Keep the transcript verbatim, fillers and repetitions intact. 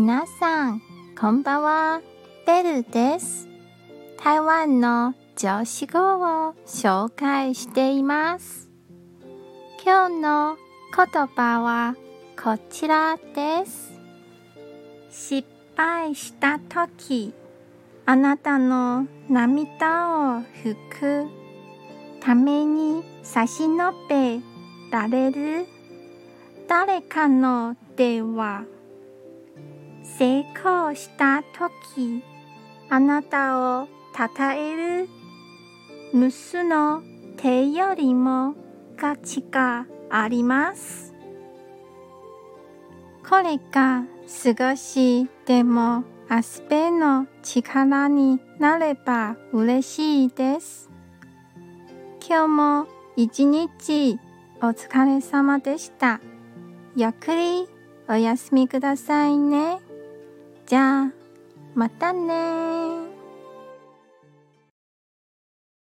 皆さん、こんばんは。ベルです。台湾の常識語を紹介しています。今日の言葉はこちらです。失敗したとき、あなたの涙を拭くために差し伸べられる誰かの手は、成功したとき、あなたをたたえる虫の手よりも価値があります。これが少しでもアスペの力になれば嬉しいです。今日も一日お疲れ様でした。ゆっくりお休みくださいね。じゃあ、またね。